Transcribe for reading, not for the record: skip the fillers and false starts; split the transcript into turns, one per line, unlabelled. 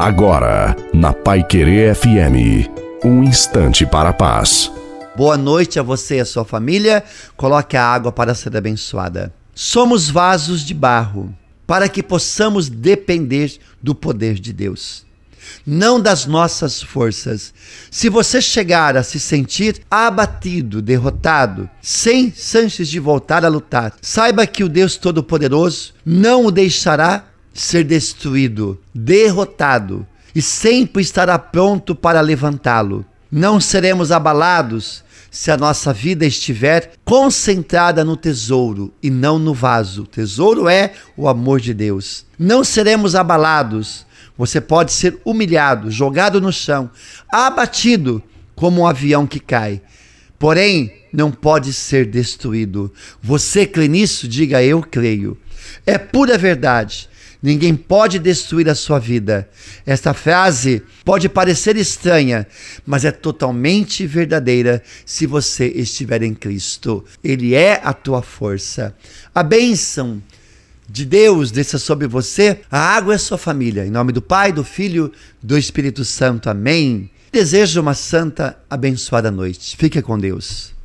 Agora, na Paiquerê FM, um instante para a paz.
Boa noite a você e a sua família. Coloque a água para ser abençoada. Somos vasos de barro para que possamos depender do poder de Deus, não das nossas forças. Se você chegar a se sentir abatido, derrotado, sem chances de voltar a lutar, saiba que o Deus Todo-Poderoso não o deixará ser destruído, derrotado, e sempre estará pronto para levantá-lo. Não seremos abalados se a nossa vida estiver concentrada no tesouro e não no vaso. O tesouro é o amor de Deus. Não seremos abalados. Você pode ser humilhado, jogado no chão, abatido como um avião que cai. Porém, não pode ser destruído. Você crê nisso? Diga: eu creio. É pura verdade. Ninguém pode destruir a sua vida. Esta frase pode parecer estranha, mas é totalmente verdadeira se você estiver em Cristo. Ele é a tua força. A bênção de Deus desça sobre você, a água é sua família. Em nome do Pai, do Filho, do Espírito Santo. Amém. Desejo uma santa, abençoada noite. Fique com Deus.